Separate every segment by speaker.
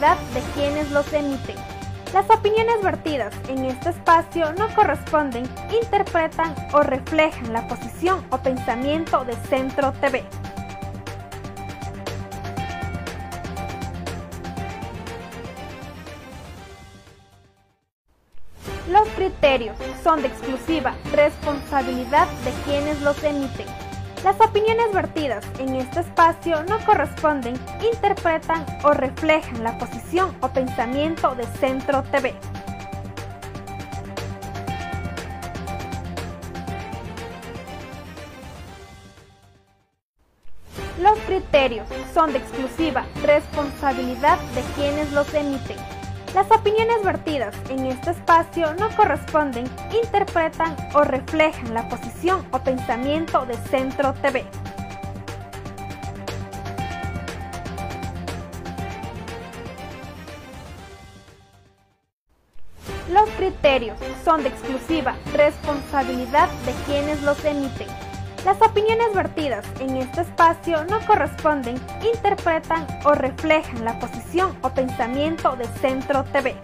Speaker 1: responsabilidad de quienes los emiten. Las opiniones vertidas en este espacio no corresponden, interpretan o reflejan la posición o pensamiento de Centro TV. Los criterios son de exclusiva responsabilidad de quienes los emiten. Las opiniones vertidas en este espacio no corresponden, interpretan o reflejan la posición o pensamiento de Centro TV. Los criterios son de exclusiva responsabilidad de quienes los emiten. Las opiniones vertidas en este espacio no corresponden, interpretan o reflejan la posición o pensamiento de Centro TV. Los criterios son de exclusiva responsabilidad de quienes los emiten. Las opiniones vertidas en este espacio no corresponden, interpretan o reflejan la posición o pensamiento de Centro TV.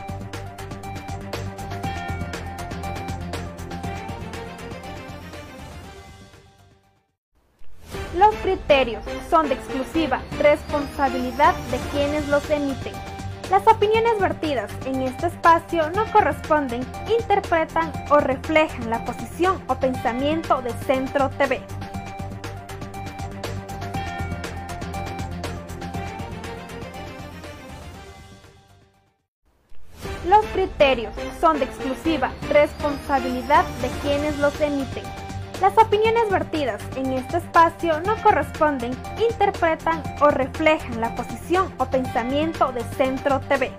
Speaker 1: Los criterios son de exclusiva responsabilidad de quienes los emiten. Las opiniones vertidas en este espacio no corresponden, interpretan o reflejan la posición o pensamiento de Centro TV. Los criterios son de exclusiva responsabilidad de quienes los emiten. Las opiniones vertidas en este espacio no corresponden, interpretan o reflejan la posición o pensamiento de Centro TV.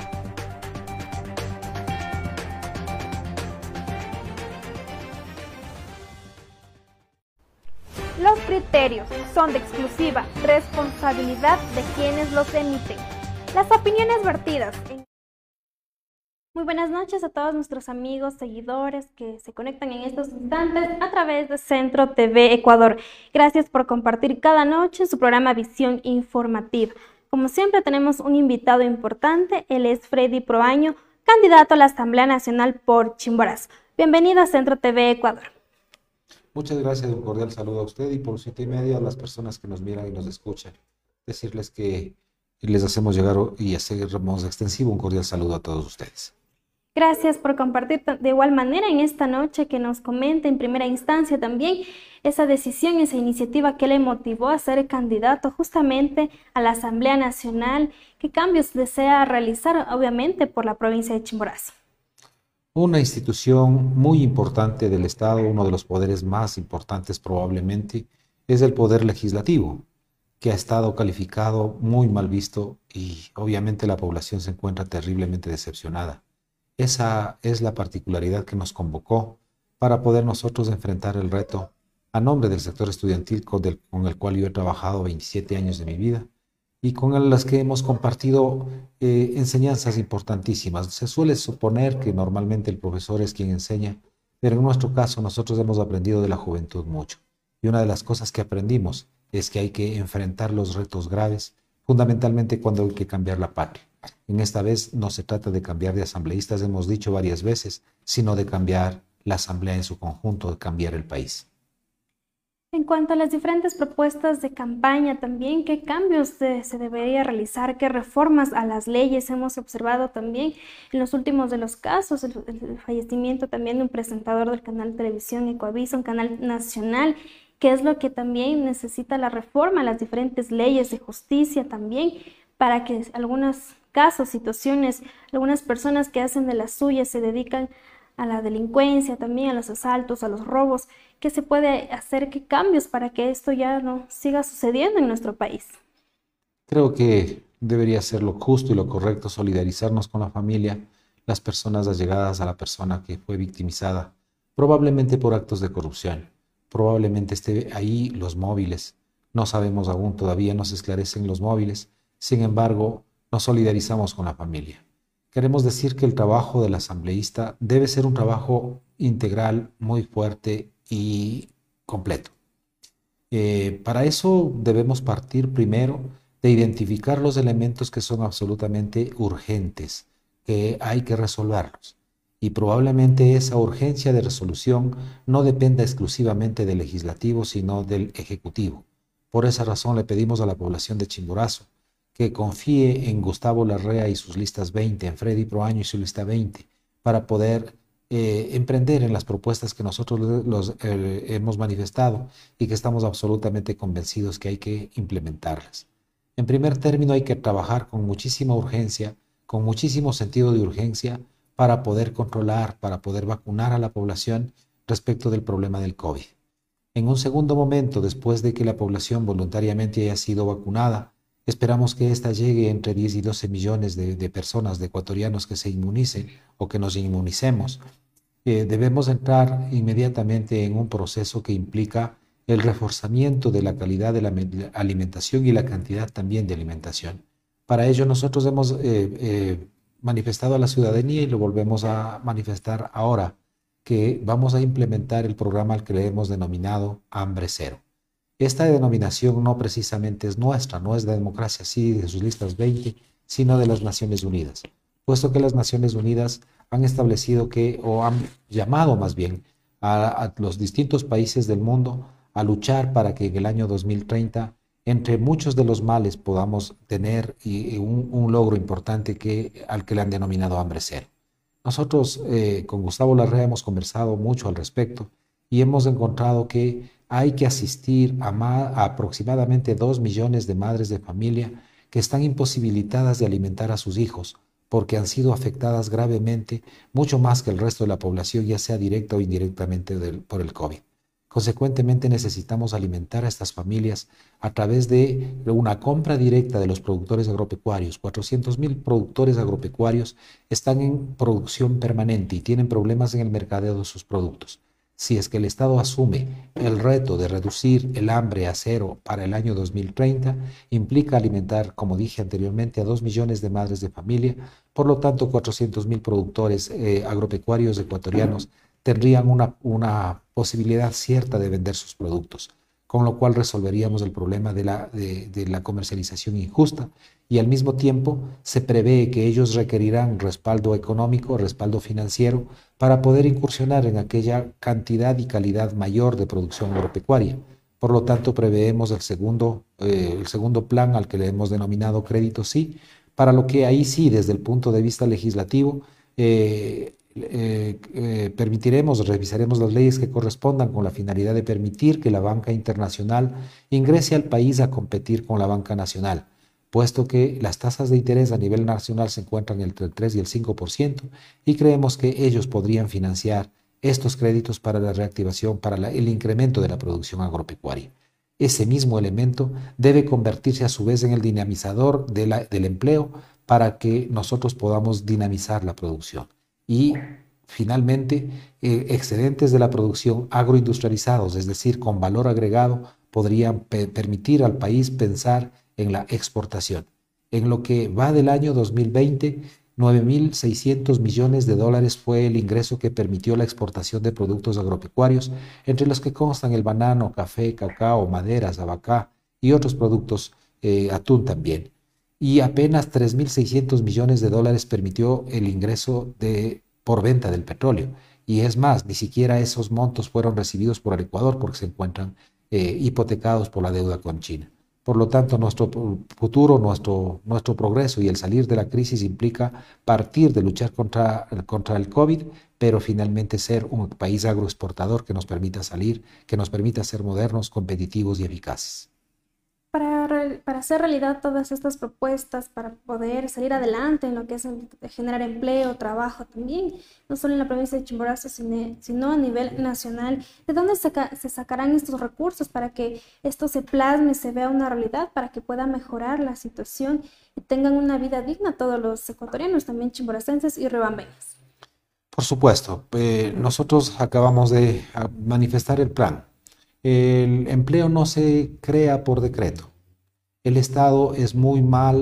Speaker 1: Los criterios son de exclusiva responsabilidad de quienes los emiten. Las opiniones vertidas en... Muy buenas noches a todos nuestros amigos, seguidores que se conectan en estos instantes a través de Centro TV Ecuador. Gracias por compartir cada noche su programa Visión Informativa. Como siempre tenemos un invitado importante, él es Freddy Proaño, candidato a la Asamblea Nacional por Chimborazo. Bienvenido a Centro TV Ecuador.
Speaker 2: Muchas gracias, un cordial saludo a usted y por 7:30 a las personas que nos miran y nos escuchan. Decirles que les hacemos llegar y hacemos extensivo un cordial saludo a todos ustedes.
Speaker 1: Gracias por compartir de igual manera en esta noche, que nos comente en primera instancia también esa decisión, esa iniciativa que le motivó a ser candidato justamente a la Asamblea Nacional. ¿Qué cambios desea realizar, obviamente, por la provincia de Chimborazo?
Speaker 2: Una institución muy importante del Estado, uno de los poderes más importantes probablemente, es el poder legislativo, que ha estado calificado muy mal visto y obviamente la población se encuentra terriblemente decepcionada. Esa es la particularidad que nos convocó para poder nosotros enfrentar el reto a nombre del sector estudiantil con el cual yo he trabajado 27 años de mi vida y con las que hemos compartido enseñanzas importantísimas. Se suele suponer que normalmente el profesor es quien enseña, pero en nuestro caso nosotros hemos aprendido de la juventud mucho. Y una de las cosas que aprendimos es que hay que enfrentar los retos graves, fundamentalmente cuando hay que cambiar la patria. En esta vez no se trata de cambiar de asambleístas, hemos dicho varias veces, sino de cambiar la asamblea en su conjunto, de cambiar el país.
Speaker 1: En cuanto a las diferentes propuestas de campaña también, ¿qué cambios se debería realizar? ¿Qué reformas a las leyes? Hemos observado también en los últimos de los casos el fallecimiento también de un presentador del canal de televisión Ecoavisa, un canal nacional. ¿Qué es lo que también necesita la reforma a las diferentes leyes de justicia también, para que algunos casos, situaciones, algunas personas que hacen de las suyas se dedican a la delincuencia, también a los asaltos, a los robos? ¿Qué se puede hacer? ¿Qué cambios para que esto ya no siga sucediendo en nuestro país?
Speaker 2: Creo que debería ser lo justo y lo correcto solidarizarnos con la familia, las personas allegadas a la persona que fue victimizada, probablemente por actos de corrupción. Probablemente esté ahí los móviles. No sabemos aún, todavía no se esclarecen los móviles. Sin embargo, nos solidarizamos con la familia. Queremos decir que el trabajo del asambleísta debe ser un trabajo integral, muy fuerte y completo. Para eso debemos partir primero de identificar los elementos que son absolutamente urgentes, que hay que resolverlos. Y probablemente esa urgencia de resolución no dependa exclusivamente del legislativo, sino del ejecutivo. Por esa razón le pedimos a la población de Chimborazo que confíe en Gustavo Larrea y sus listas 20, en Freddy Proaño y su lista 20, para poder emprender en las propuestas que nosotros hemos manifestado y que estamos absolutamente convencidos que hay que implementarlas. En primer término, hay que trabajar con muchísima urgencia, con muchísimo sentido de urgencia, para poder controlar, para poder vacunar a la población respecto del problema del COVID. En un segundo momento, después de que la población voluntariamente haya sido vacunada, esperamos que ésta llegue entre 10 y 12 millones de personas, de ecuatorianos que se inmunicen o que nos inmunicemos. Debemos entrar inmediatamente en un proceso que implica el reforzamiento de la calidad de la alimentación y la cantidad también de alimentación. Para ello nosotros hemos manifestado a la ciudadanía y lo volvemos a manifestar ahora, que vamos a implementar el programa al que le hemos denominado Hambre Cero. Esta denominación no precisamente es nuestra, no es de Democracia Sí de sus listas 20, sino de las Naciones Unidas, puesto que las Naciones Unidas han establecido que, o han llamado más bien, a los distintos países del mundo a luchar para que en el año 2030, entre muchos de los males, podamos tener un logro importante al que le han denominado Hambre Cero. Nosotros con Gustavo Larrea hemos conversado mucho al respecto y hemos encontrado que hay que asistir a aproximadamente 2 millones de madres de familia que están imposibilitadas de alimentar a sus hijos porque han sido afectadas gravemente, mucho más que el resto de la población, ya sea directa o indirectamente por el COVID. Consecuentemente, necesitamos alimentar a estas familias a través de una compra directa de los productores agropecuarios. 400.000 productores agropecuarios están en producción permanente y tienen problemas en el mercadeo de sus productos. Si es que el Estado asume el reto de reducir el hambre a cero para el año 2030, implica alimentar, como dije anteriormente, a 2 millones de madres de familia. Por lo tanto, 400.000 productores agropecuarios ecuatorianos tendrían una posibilidad cierta de vender sus productos, con lo cual resolveríamos el problema de la comercialización injusta, y al mismo tiempo se prevé que ellos requerirán respaldo económico, respaldo financiero, para poder incursionar en aquella cantidad y calidad mayor de producción agropecuaria. Por lo tanto, preveemos el segundo plan, al que le hemos denominado Crédito Sí, para lo que ahí sí, desde el punto de vista legislativo, revisaremos las leyes que correspondan con la finalidad de permitir que la banca internacional ingrese al país a competir con la banca nacional, puesto que las tasas de interés a nivel nacional se encuentran entre el 3 y el 5%, y creemos que ellos podrían financiar estos créditos para la reactivación, para el incremento de la producción agropecuaria. Ese mismo elemento debe convertirse a su vez en el dinamizador del empleo para que nosotros podamos dinamizar la producción. Y finalmente, excedentes de la producción agroindustrializados, es decir, con valor agregado, podrían permitir al país pensar en la exportación. En lo que va del año 2020, 9.600 millones de dólares fue el ingreso que permitió la exportación de productos agropecuarios, entre los que constan el banano, café, cacao, maderas, abacá y otros productos, atún también. Y apenas 3.600 millones de dólares permitió el ingreso por venta del petróleo. Y es más, ni siquiera esos montos fueron recibidos por el Ecuador porque se encuentran hipotecados por la deuda con China. Por lo tanto, nuestro futuro, nuestro progreso y el salir de la crisis implica partir de luchar contra el COVID, pero finalmente ser un país agroexportador que nos permita salir, que nos permita ser modernos, competitivos y eficaces.
Speaker 1: Para hacer realidad todas estas propuestas, para poder salir adelante en lo que es generar empleo, trabajo también, no solo en la provincia de Chimborazo, sino a nivel nacional, ¿de dónde se sacarán estos recursos para que esto se plasme, se vea una realidad, para que pueda mejorar la situación y tengan una vida digna todos los ecuatorianos, también chimboracenses y riobambeños?
Speaker 2: Por supuesto, nosotros acabamos de manifestar el plan. El empleo no se crea por decreto. El Estado es muy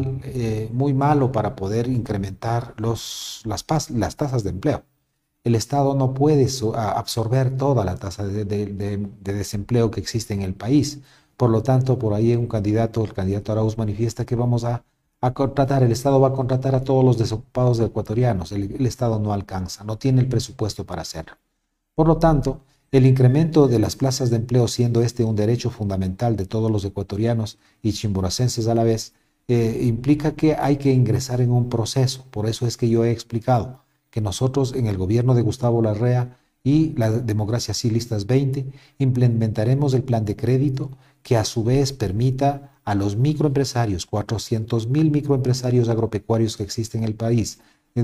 Speaker 2: malo para poder incrementar las tasas de empleo. El Estado no puede absorber toda la tasa de desempleo que existe en el país. Por lo tanto, por ahí el candidato Arauz manifiesta que vamos a contratar, el Estado va a contratar a todos los desocupados ecuatorianos. El Estado no alcanza, no tiene el presupuesto para hacerlo. Por lo tanto, el incremento de las plazas de empleo, siendo este un derecho fundamental de todos los ecuatorianos y chimboracenses a la vez, implica que hay que ingresar en un proceso. Por eso es que yo he explicado que nosotros en el gobierno de Gustavo Larrea y la Democracia Sí Listas 20 implementaremos el plan de crédito que a su vez permita a los microempresarios, 400.000 microempresarios agropecuarios que existen en el país,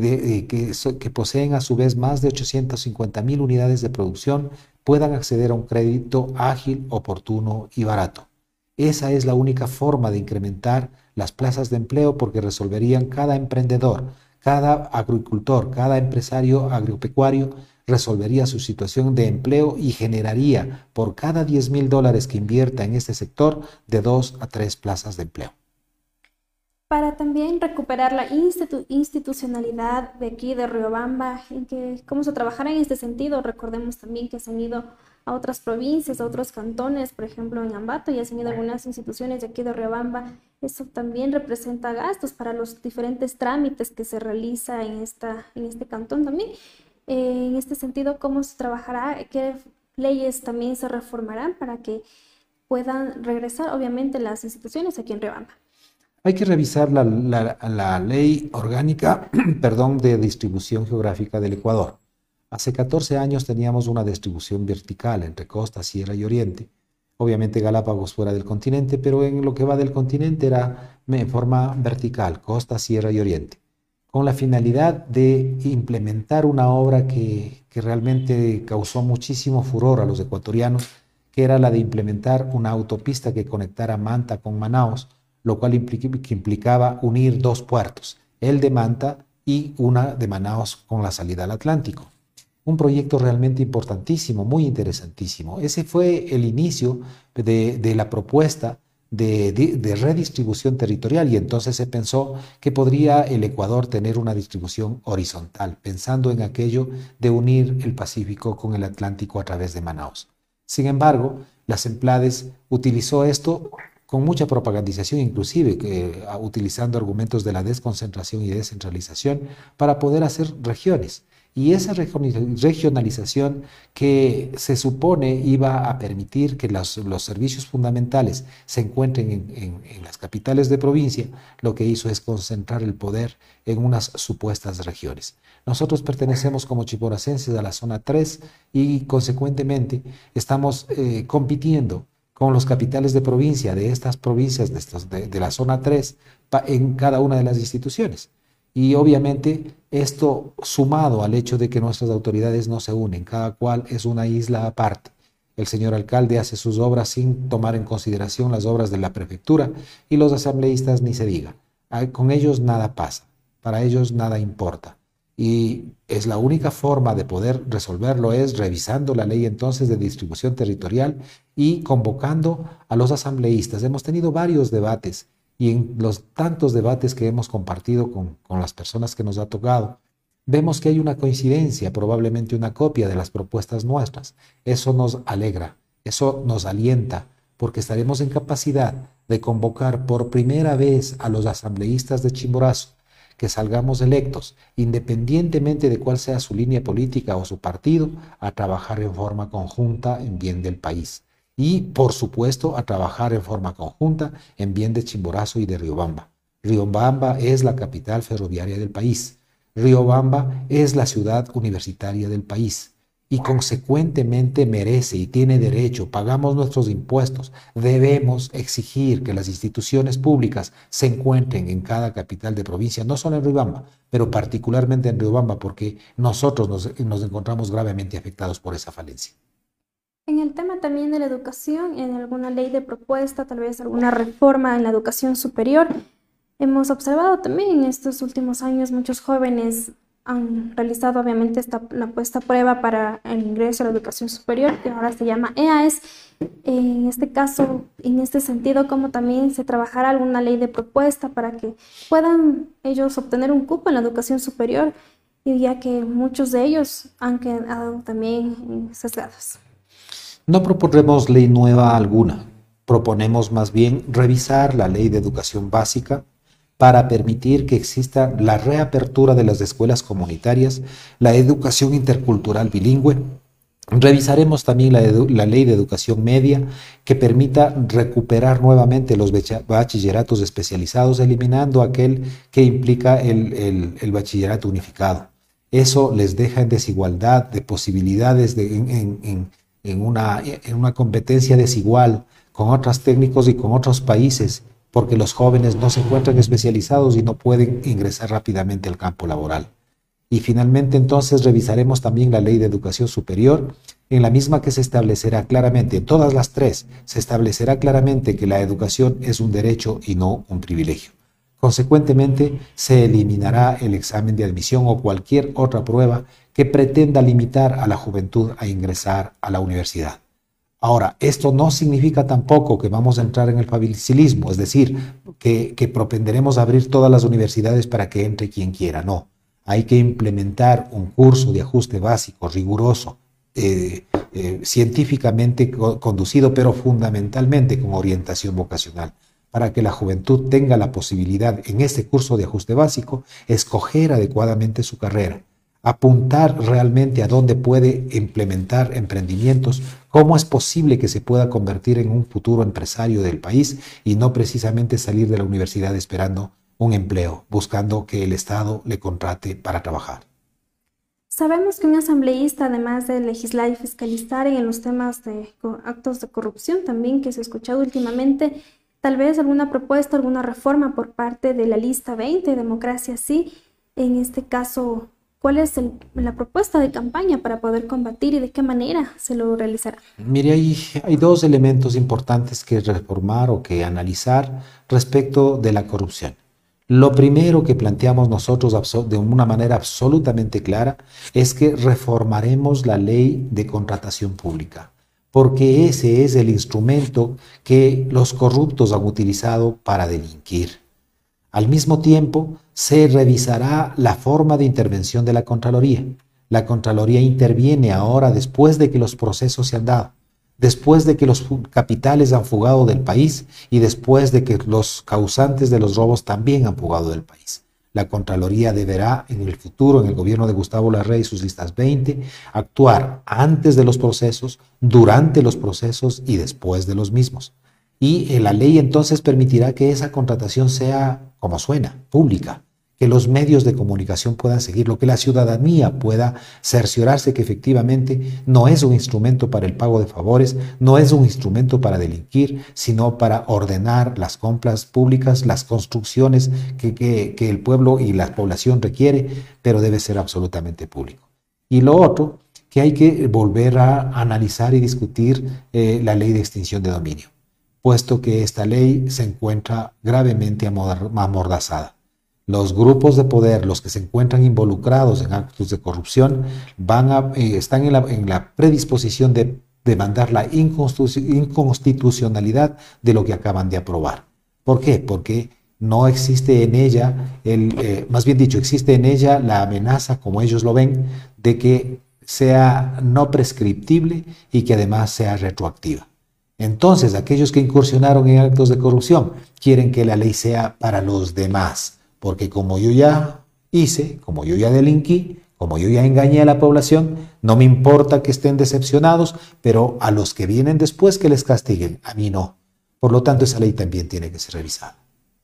Speaker 2: que poseen a su vez más de 850.000 unidades de producción, puedan acceder a un crédito ágil, oportuno y barato. Esa es la única forma de incrementar las plazas de empleo, porque resolverían cada emprendedor, cada agricultor, cada empresario agropecuario resolvería su situación de empleo y generaría por cada $10.000 que invierta en este sector de 2 a 3 plazas de empleo.
Speaker 1: Para también recuperar la institucionalidad de aquí de Riobamba, en que cómo se trabajará en este sentido. Recordemos también que se han ido a otras provincias, a otros cantones, por ejemplo en Ambato, ya se han ido algunas instituciones de aquí de Riobamba. Eso también representa gastos para los diferentes trámites que se realiza en este cantón también. En este sentido, ¿cómo se trabajará? ¿Qué leyes también se reformarán para que puedan regresar, obviamente, las instituciones aquí en Riobamba?
Speaker 2: Hay que revisar la ley orgánica, perdón, de distribución geográfica del Ecuador. Hace 14 años teníamos una distribución vertical entre costa, sierra y oriente. Obviamente Galápagos fuera del continente, pero en lo que va del continente era en forma vertical, costa, sierra y oriente, con la finalidad de implementar una obra que realmente causó muchísimo furor a los ecuatorianos, que era la de implementar una autopista que conectara Manta con Manaos, lo cual implicaba unir dos puertos, el de Manta y una de Manaos con la salida al Atlántico. Un proyecto realmente importantísimo, muy interesantísimo. Ese fue el inicio de la propuesta de redistribución territorial, y entonces se pensó que podría el Ecuador tener una distribución horizontal, pensando en aquello de unir el Pacífico con el Atlántico a través de Manaos. Sin embargo, la CEMPLADES utilizó esto con mucha propagandización, inclusive utilizando argumentos de la desconcentración y descentralización para poder hacer regiones. Y esa regionalización que se supone iba a permitir que los servicios fundamentales se encuentren en las capitales de provincia, lo que hizo es concentrar el poder en unas supuestas regiones. Nosotros pertenecemos como chimboracenses a la zona 3 y consecuentemente estamos compitiendo con los capitales de provincia de estas provincias de la zona 3 en cada una de las instituciones. Y obviamente esto sumado al hecho de que nuestras autoridades no se unen, cada cual es una isla aparte. El señor alcalde hace sus obras sin tomar en consideración las obras de la prefectura, y los asambleístas ni se diga. Con ellos nada pasa, para ellos nada importa. Y es la única forma de poder resolverlo es revisando la ley entonces de distribución territorial y convocando a los asambleístas. Hemos tenido varios debates, y en los tantos debates que hemos compartido con las personas que nos ha tocado, vemos que hay una coincidencia, probablemente una copia de las propuestas nuestras. Eso nos alegra, eso nos alienta, porque estaremos en capacidad de convocar por primera vez a los asambleístas de Chimborazo, que salgamos electos, independientemente de cuál sea su línea política o su partido, a trabajar en forma conjunta en bien del país. Y, por supuesto, a trabajar en forma conjunta en bien de Chimborazo y de Riobamba. Riobamba es la capital ferroviaria del país. Riobamba es la ciudad universitaria del país. Y consecuentemente merece y tiene derecho, pagamos nuestros impuestos, debemos exigir que las instituciones públicas se encuentren en cada capital de provincia, no solo en Riobamba, pero particularmente en Riobamba, porque nosotros nos encontramos gravemente afectados por esa falencia.
Speaker 1: En el tema también de la educación, en alguna ley de propuesta, tal vez alguna reforma en la educación superior, hemos observado también en estos últimos años muchos jóvenes han realizado obviamente la puesta a prueba para el ingreso a la educación superior, que ahora se llama EAES. En este caso, en este sentido, ¿cómo también se trabajará alguna ley de propuesta para que puedan ellos obtener un cupo en la educación superior, y ya que muchos de ellos han quedado también sesgados?
Speaker 2: No propondremos ley nueva alguna. proponemos más bien revisar la ley de educación básica para permitir que exista la reapertura de las escuelas comunitarias, la educación intercultural bilingüe. Revisaremos también la ley de educación media que permita recuperar nuevamente los bachilleratos especializados, eliminando aquel que implica el bachillerato unificado. Eso les deja en desigualdad de posibilidades en una competencia desigual con otros técnicos y con otros países, porque los jóvenes no se encuentran especializados y no pueden ingresar rápidamente al campo laboral. Y finalmente entonces revisaremos también la ley de educación superior, en la misma que se establecerá claramente, en todas las tres, se establecerá claramente que la educación es un derecho y no un privilegio. Consecuentemente, se eliminará el examen de admisión o cualquier otra prueba que pretenda limitar a la juventud a ingresar a la universidad. Ahora, esto no significa tampoco que vamos a entrar en el facilismo, es decir, que propenderemos a abrir todas las universidades para que entre quien quiera, no. Hay que implementar un curso de ajuste básico, riguroso, científicamente conducido, pero fundamentalmente con orientación vocacional, para que la juventud tenga la posibilidad en este curso de ajuste básico escoger adecuadamente su carrera, apuntar realmente a dónde puede implementar emprendimientos, cómo es posible que se pueda convertir en un futuro empresario del país y no precisamente salir de la universidad esperando un empleo, buscando que el Estado le contrate para trabajar.
Speaker 1: Sabemos que un asambleísta, además de legislar y fiscalizar en los temas de actos de corrupción también que se ha escuchado últimamente, tal vez alguna propuesta, alguna reforma por parte de la lista 20, Democracia Sí, en este caso, ¿cuál es la propuesta de campaña para poder combatir y de qué manera se lo realizará?
Speaker 2: Mire, hay dos elementos importantes que reformar o que analizar respecto de la corrupción. Lo primero que planteamos nosotros de una manera absolutamente clara es que reformaremos la ley de contratación pública, porque ese es el instrumento que los corruptos han utilizado para delinquir. Al mismo tiempo, se revisará la forma de intervención de la Contraloría. La Contraloría interviene ahora después de que los procesos se han dado, después de que los capitales han fugado del país y después de que los causantes de los robos también han fugado del país. La Contraloría deberá en el futuro, en el gobierno de Gustavo Larrea y sus listas 20, actuar antes de los procesos, durante los procesos y después de los mismos. Y la ley entonces permitirá que esa contratación sea, como suena, pública, que los medios de comunicación puedan seguirlo, que la ciudadanía pueda cerciorarse que efectivamente no es un instrumento para el pago de favores, no es un instrumento para delinquir, sino para ordenar las compras públicas, las construcciones que el pueblo y la población requiere, pero debe ser absolutamente público. Y lo otro, que hay que volver a analizar y discutir la ley de extinción de dominio, puesto que esta ley se encuentra gravemente amordazada. Los grupos de poder, los que se encuentran involucrados en actos de corrupción, están en la predisposición de demandar la inconstitucionalidad de lo que acaban de aprobar. ¿Por qué? Porque no existe en ella, más bien dicho, existe en ella la amenaza, como ellos lo ven, de que sea no prescriptible y que además sea retroactiva. Entonces, aquellos que incursionaron en actos de corrupción quieren que la ley sea para los demás. Porque como yo ya hice, como yo ya delinquí, como yo ya engañé a la población, no me importa que estén decepcionados, pero a los que vienen después que les castiguen, a mí no. Por lo tanto, esa ley también tiene que ser revisada.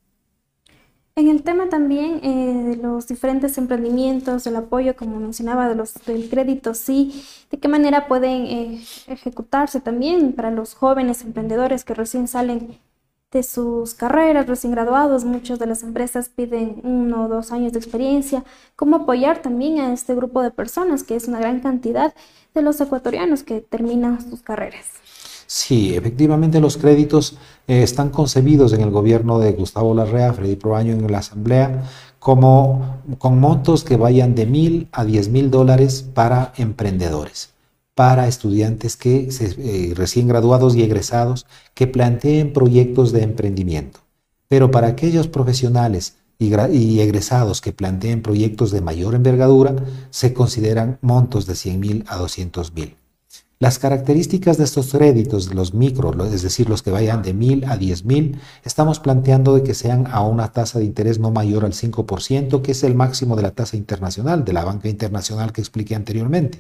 Speaker 1: En el tema también de los diferentes emprendimientos, del apoyo, como mencionaba, del crédito, sí, ¿de qué manera pueden ejecutarse también para los jóvenes emprendedores que recién salen de sus carreras, recién graduados? Muchas de las empresas piden 1 o 2 años de experiencia. ¿Cómo apoyar también a este grupo de personas, que es una gran cantidad de los ecuatorianos que terminan sus carreras?
Speaker 2: Sí, efectivamente los créditos están concebidos en el gobierno de Gustavo Larrea, Freddy Proaño en la Asamblea, como con montos que vayan de $1,000 a $10,000 para emprendedores, para estudiantes recién graduados y egresados que planteen proyectos de emprendimiento. Pero para aquellos profesionales y egresados que planteen proyectos de mayor envergadura, se consideran montos de $100,000 a $200,000. Las características de estos créditos, de los micro, es decir, los que vayan de 1.000 a 10.000, estamos planteando de que sean a una tasa de interés no mayor al 5%, que es el máximo de la tasa internacional, de la banca internacional que expliqué anteriormente.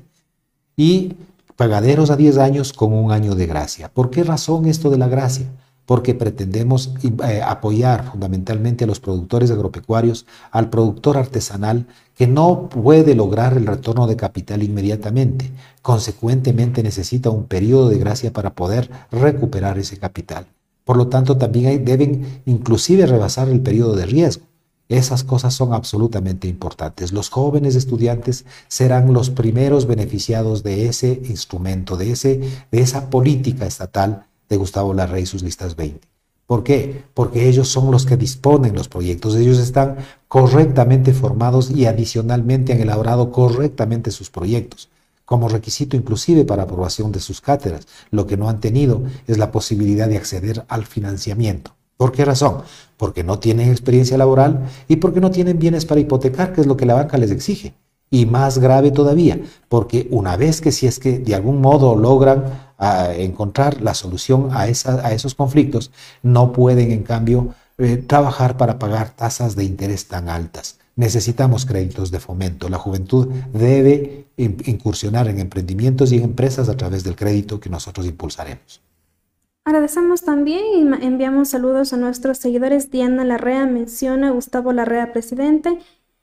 Speaker 2: Y pagaderos a 10 años con un año de gracia. ¿Por qué razón esto de la gracia? Porque pretendemos apoyar fundamentalmente a los productores agropecuarios, al productor artesanal que no puede lograr el retorno de capital inmediatamente. Consecuentemente necesita un periodo de gracia para poder recuperar ese capital. Por lo tanto, también deben inclusive rebasar el periodo de riesgo. Esas cosas son absolutamente importantes. Los jóvenes estudiantes serán los primeros beneficiados de ese instrumento, de esa política estatal de Gustavo Larrea y sus listas 20. ¿Por qué? Porque ellos son los que disponen los proyectos, ellos están correctamente formados y adicionalmente han elaborado correctamente sus proyectos, como requisito inclusive para aprobación de sus cátedras. Lo que no han tenido es la posibilidad de acceder al financiamiento. ¿Por qué razón? Porque no tienen experiencia laboral y porque no tienen bienes para hipotecar, que es lo que la banca les exige. Y más grave todavía, porque una vez que si es que de algún modo logran encontrar la solución a esos conflictos, no pueden en cambio trabajar para pagar tasas de interés tan altas. Necesitamos créditos de fomento. La juventud debe incursionar en emprendimientos y en empresas a través del crédito que nosotros impulsaremos.
Speaker 1: Agradecemos también y enviamos saludos a nuestros seguidores. Diana Larrea menciona a Gustavo Larrea, presidente,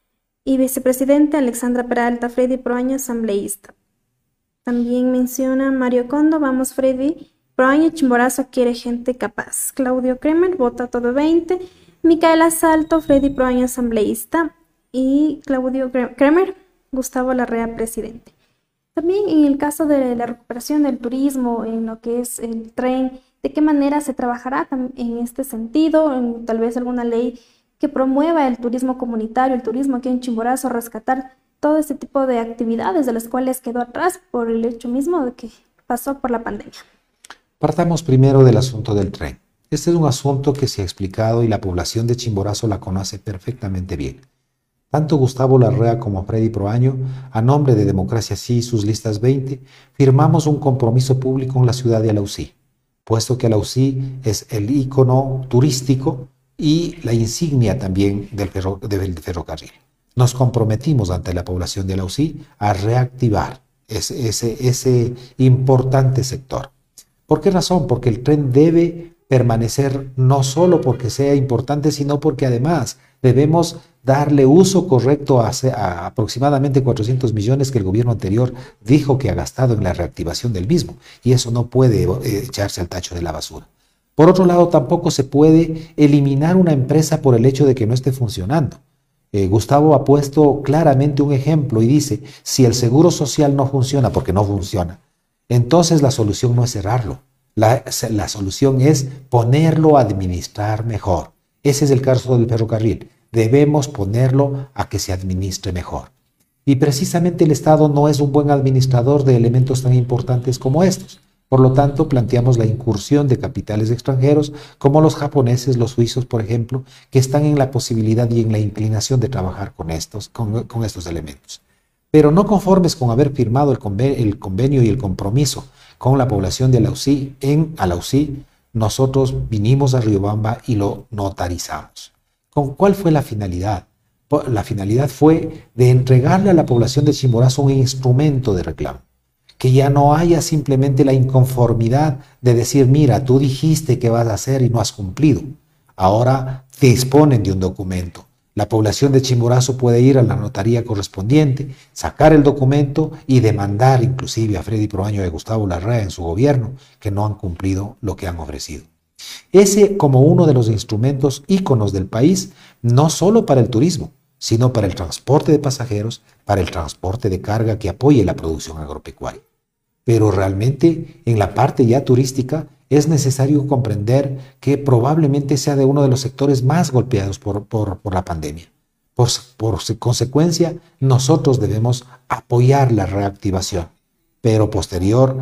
Speaker 1: y vicepresidente Alexandra Peralta, Freddy Proaño, asambleísta. También menciona Mario Condo, vamos Freddy Proaño, Chimborazo quiere gente capaz. Claudio Kremer, vota todo 20. Micaela Salto, Freddy Proaño, asambleísta. Y Claudio Kremer, Gustavo Larrea, presidente. También en el caso de la recuperación del turismo, en lo que es el tren, ¿de qué manera se trabajará en este sentido? En tal vez alguna ley que promueva el turismo comunitario, el turismo aquí en Chimborazo, rescatar todo este tipo de actividades de las cuales quedó atrás por el hecho mismo de que pasó por la pandemia.
Speaker 2: Partamos primero del asunto del tren. Este es un asunto que se ha explicado y la población de Chimborazo la conoce perfectamente bien. Tanto Gustavo Larrea como Freddy Proaño, a nombre de Democracia Sí y sus listas 20, firmamos un compromiso público en la ciudad de Alausí, puesto que Alausí es el ícono turístico y la insignia también del ferrocarril. Nos comprometimos ante la población de Alausí a reactivar ese importante sector. ¿Por qué razón? Porque el tren debe permanecer no solo porque sea importante, sino porque además debemos darle uso correcto a aproximadamente 400 millones que el gobierno anterior dijo que ha gastado en la reactivación del mismo, y eso no puede echarse al tacho de la basura. Por otro lado, tampoco se puede eliminar una empresa por el hecho de que no esté funcionando. Gustavo ha puesto claramente un ejemplo y dice, si el seguro social no funciona porque no funciona, entonces la solución no es cerrarlo, la solución es ponerlo a administrar mejor. Ese es el caso del ferrocarril. Debemos ponerlo a que se administre mejor. Y precisamente el Estado no es un buen administrador de elementos tan importantes como estos. Por lo tanto, planteamos la incursión de capitales extranjeros como los japoneses, los suizos, por ejemplo, que están en la posibilidad y en la inclinación de trabajar con estos elementos. Pero no conformes con haber firmado el convenio y el compromiso con la población de Alausí, en Alausí, nosotros vinimos a Riobamba y lo notarizamos. ¿Cuál fue la finalidad? La finalidad fue de entregarle a la población de Chimborazo un instrumento de reclamo. Que ya no haya simplemente la inconformidad de decir, mira, tú dijiste que vas a hacer y no has cumplido. Ahora te disponen de un documento. La población de Chimborazo puede ir a la notaría correspondiente, sacar el documento y demandar inclusive a Freddy Proaño y a Gustavo Larrea en su gobierno que no han cumplido lo que han ofrecido. Ese como uno de los instrumentos íconos del país, no solo para el turismo, sino para el transporte de pasajeros, para el transporte de carga que apoye la producción agropecuaria. Pero realmente en la parte ya turística es necesario comprender que probablemente sea de uno de los sectores más golpeados por la pandemia. Por consecuencia, nosotros debemos apoyar la reactivación, pero posterior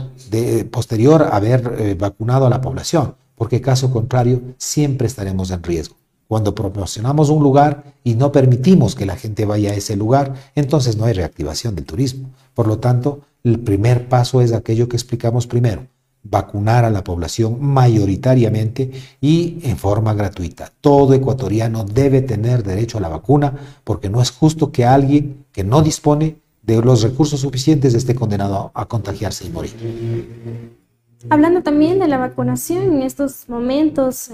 Speaker 2: a haber vacunado a la población, porque caso contrario siempre estaremos en riesgo. Cuando promocionamos un lugar y no permitimos que la gente vaya a ese lugar, entonces no hay reactivación del turismo. Por lo tanto, el primer paso es aquello que explicamos primero: vacunar a la población mayoritariamente y en forma gratuita. Todo ecuatoriano debe tener derecho a la vacuna, porque no es justo que alguien que no dispone de los recursos suficientes esté condenado a contagiarse y morir.
Speaker 1: Hablando también de la vacunación, en estos momentos,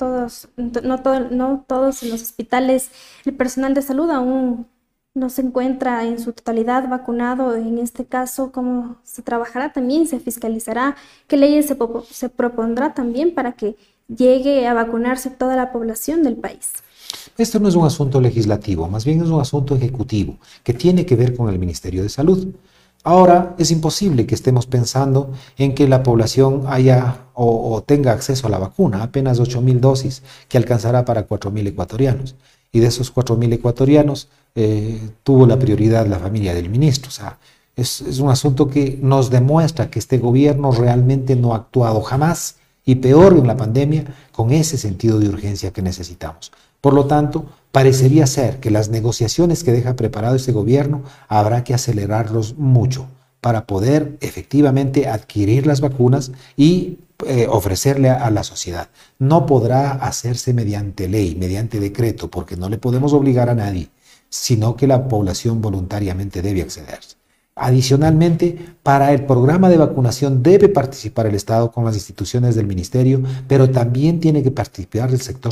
Speaker 1: no todos en los hospitales, el personal de salud aún no se encuentra en su totalidad vacunado. En este caso, ¿cómo se trabajará también? ¿Se fiscalizará? ¿Qué leyes se propondrá también para que llegue a vacunarse toda la población del país?
Speaker 2: Esto no es un asunto legislativo, más bien es un asunto ejecutivo que tiene que ver con el Ministerio de Salud. Ahora es imposible que estemos pensando en que la población haya o tenga acceso a la vacuna, apenas 8.000 dosis que alcanzará para 4.000 ecuatorianos. Y de esos 4.000 ecuatorianos tuvo la prioridad la familia del ministro. O sea, es un asunto que nos demuestra que este gobierno realmente no ha actuado jamás, y peor en la pandemia, con ese sentido de urgencia que necesitamos. Por lo tanto, parecería ser que las negociaciones que deja preparado este gobierno habrá que acelerarlos mucho para poder efectivamente adquirir las vacunas y ofrecerle a la sociedad. No podrá hacerse mediante ley, mediante decreto, porque no le podemos obligar a nadie, sino que la población voluntariamente debe accederse. Adicionalmente, para el programa de vacunación debe participar el Estado con las instituciones del ministerio, pero también tiene que participar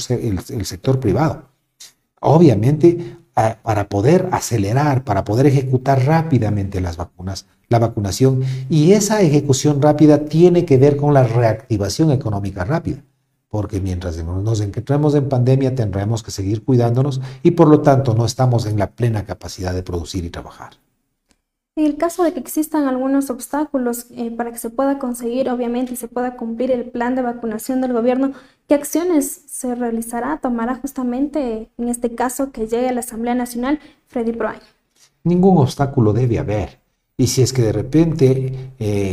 Speaker 2: el sector privado. Obviamente, para poder acelerar, para poder ejecutar rápidamente las vacunas, la vacunación, y esa ejecución rápida tiene que ver con la reactivación económica rápida, porque mientras nos encontremos en pandemia tendremos que seguir cuidándonos y por lo tanto no estamos en la plena capacidad de producir y trabajar.
Speaker 1: En el caso de que existan algunos obstáculos para que se pueda conseguir, obviamente, y se pueda cumplir el plan de vacunación del gobierno, ¿qué acciones se realizará, tomará justamente en este caso que llegue a la Asamblea Nacional Freddy Proaño?
Speaker 2: Ningún obstáculo debe haber. Y si es que de repente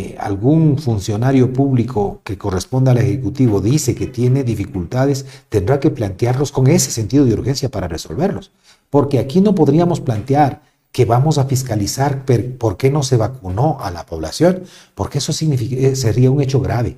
Speaker 2: algún funcionario público que corresponda al Ejecutivo dice que tiene dificultades, tendrá que plantearlos con ese sentido de urgencia para resolverlos. Porque aquí no podríamos plantear que vamos a fiscalizar por qué no se vacunó a la población, porque eso sería un hecho grave.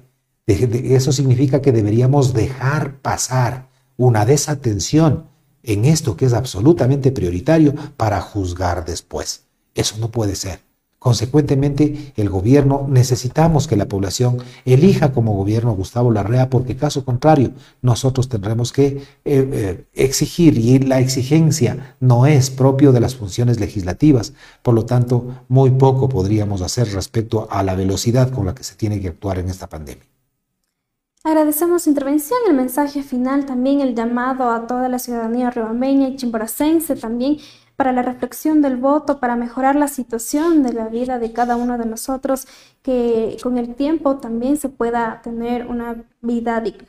Speaker 2: Eso significa que deberíamos dejar pasar una desatención en esto que es absolutamente prioritario para juzgar después. Eso no puede ser. Consecuentemente, el gobierno, necesitamos que la población elija como gobierno a Gustavo Larrea, porque caso contrario, nosotros tendremos que exigir, y la exigencia no es propio de las funciones legislativas. Por lo tanto, muy poco podríamos hacer respecto a la velocidad con la que se tiene que actuar en esta pandemia.
Speaker 1: Agradecemos su intervención, el mensaje final, también el llamado a toda la ciudadanía riobambeña y chimboracense también para la reflexión del voto, para mejorar la situación de la vida de cada uno de nosotros, que con el tiempo también se pueda tener una vida digna.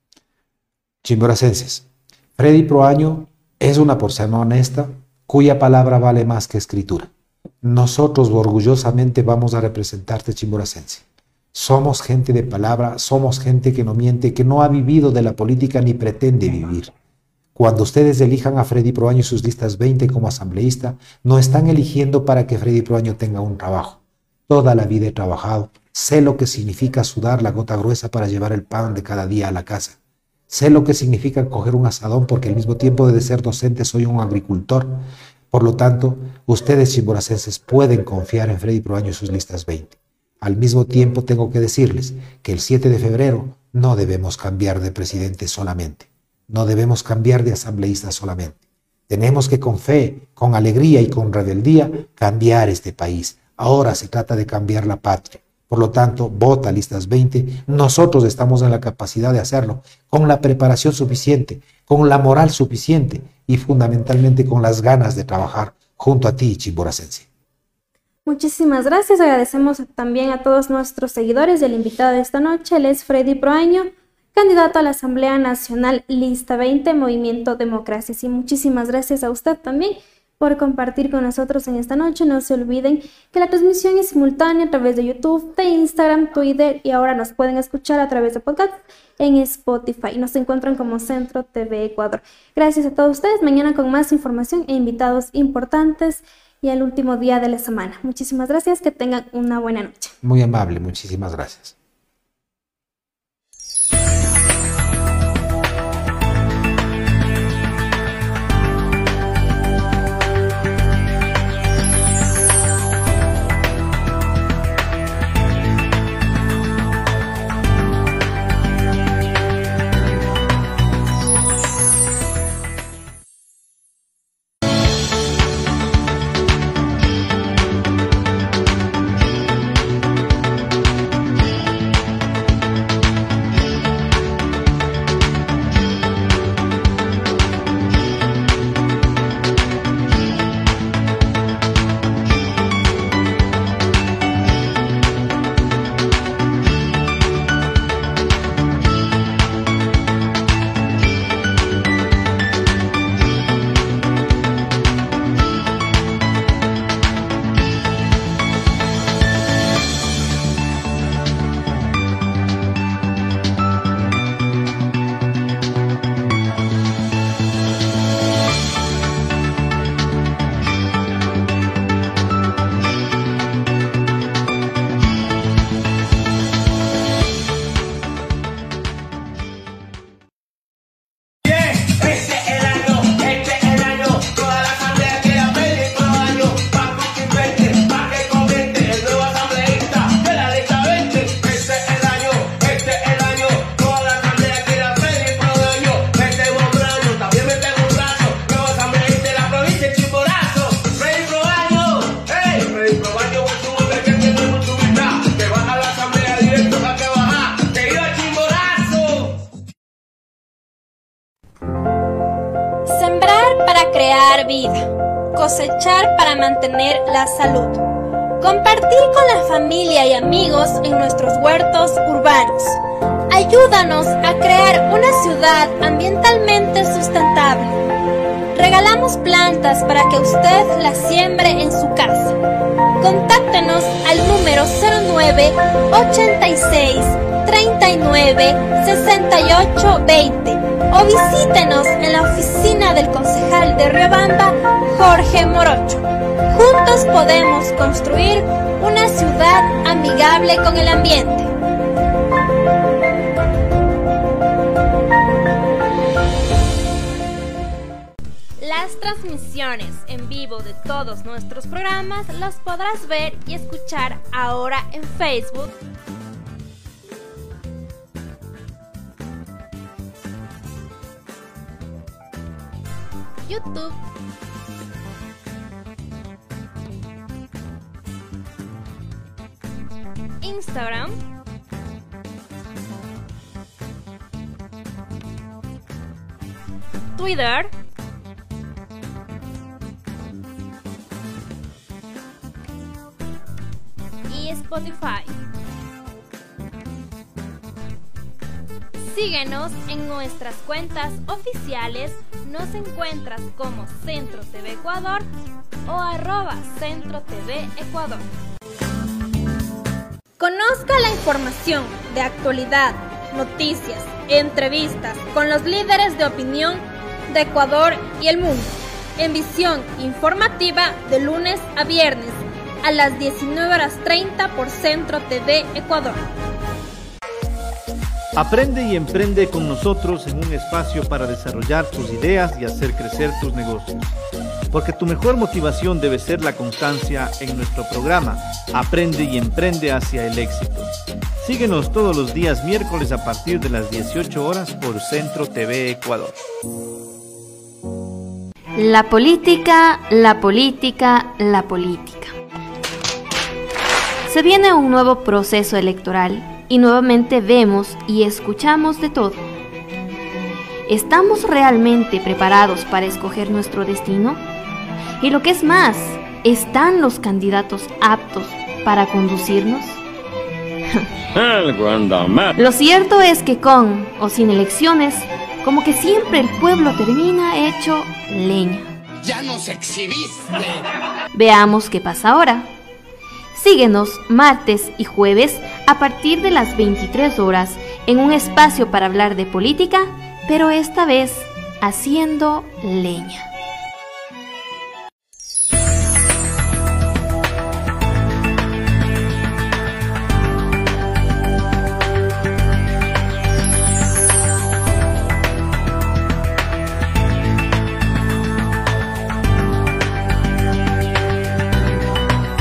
Speaker 2: Chimboracenses, Freddy Proaño es una persona honesta cuya palabra vale más que escritura. Nosotros orgullosamente vamos a representarte, chimboracense. Somos gente de palabra, somos gente que no miente, que no ha vivido de la política ni pretende vivir. Cuando ustedes elijan a Freddy Proaño y sus listas 20 como asambleísta, no están eligiendo para que Freddy Proaño tenga un trabajo. Toda la vida he trabajado, sé lo que significa sudar la gota gruesa para llevar el pan de cada día a la casa. Sé lo que significa coger un asadón, porque al mismo tiempo de ser docente soy un agricultor. Por lo tanto, ustedes chimboracenses pueden confiar en Freddy Proaño y sus listas 20. Al mismo tiempo tengo que decirles que el 7 de febrero no debemos cambiar de presidente solamente. No debemos cambiar de asambleísta solamente. Tenemos que con fe, con alegría y con rebeldía cambiar este país. Ahora se trata de cambiar la patria. Por lo tanto, vota listas 20. Nosotros estamos en la capacidad de hacerlo, con la preparación suficiente, con la moral suficiente y fundamentalmente con las ganas de trabajar junto a ti, chimboracense.
Speaker 1: Muchísimas gracias. Agradecemos también a todos nuestros seguidores y el invitado de esta noche, él es Freddy Proaño, candidato a la Asamblea Nacional Lista 20, Movimiento Democracia. Y muchísimas gracias a usted también por compartir con nosotros en esta noche. No se olviden que la transmisión es simultánea a través de YouTube, de Instagram, Twitter y ahora nos pueden escuchar a través de podcast en Spotify. Nos encuentran como Centro TV Ecuador. Gracias a todos ustedes. Mañana con más información e invitados importantes. y el último día de la semana. Muchísimas gracias, que tengan una buena noche.
Speaker 2: Muy amable, muchísimas gracias.
Speaker 3: Crear vida, cosechar para mantener la salud, compartir con la familia y amigos en nuestros huertos urbanos. Ayúdanos a crear una ciudad ambientalmente sustentable. Regalamos plantas para que usted las siembre en su casa. Contáctenos al número 09 86 39 68 20 o visítenos en la oficina del concejal de Riobamba, Jorge Morocho. Juntos podemos construir una ciudad amigable con el ambiente. Las transmisiones en vivo de todos nuestros programas las podrás ver y escuchar ahora en Facebook, YouTube, Instagram, Twitter y Spotify. Síguenos en nuestras cuentas oficiales. Nos encuentras como Centro TV Ecuador o @Centro TV Ecuador. Conozca la información de actualidad, noticias, entrevistas con los líderes de opinión de Ecuador y el mundo en Visión Informativa de lunes a viernes a las 19:30 por Centro TV Ecuador.
Speaker 4: Aprende y emprende con nosotros en un espacio para desarrollar tus ideas y hacer crecer tus negocios. Porque tu mejor motivación debe ser la constancia en nuestro programa Aprende y Emprende hacia el éxito. Síguenos todos los días miércoles a partir de las 18 horas por Centro TV Ecuador.
Speaker 5: La política, la política, la política. Se viene un nuevo proceso electoral y nuevamente vemos y escuchamos de todo. ¿Estamos realmente preparados para escoger nuestro destino? Y lo que es más, ¿están los candidatos aptos para conducirnos? Lo cierto es que con o sin elecciones, como que siempre el pueblo termina hecho leña.
Speaker 6: ¡Ya nos exhibiste!
Speaker 5: Veamos qué pasa ahora. Síguenos martes y jueves a partir de las 23 horas en un espacio para hablar de política, pero esta vez haciendo leña.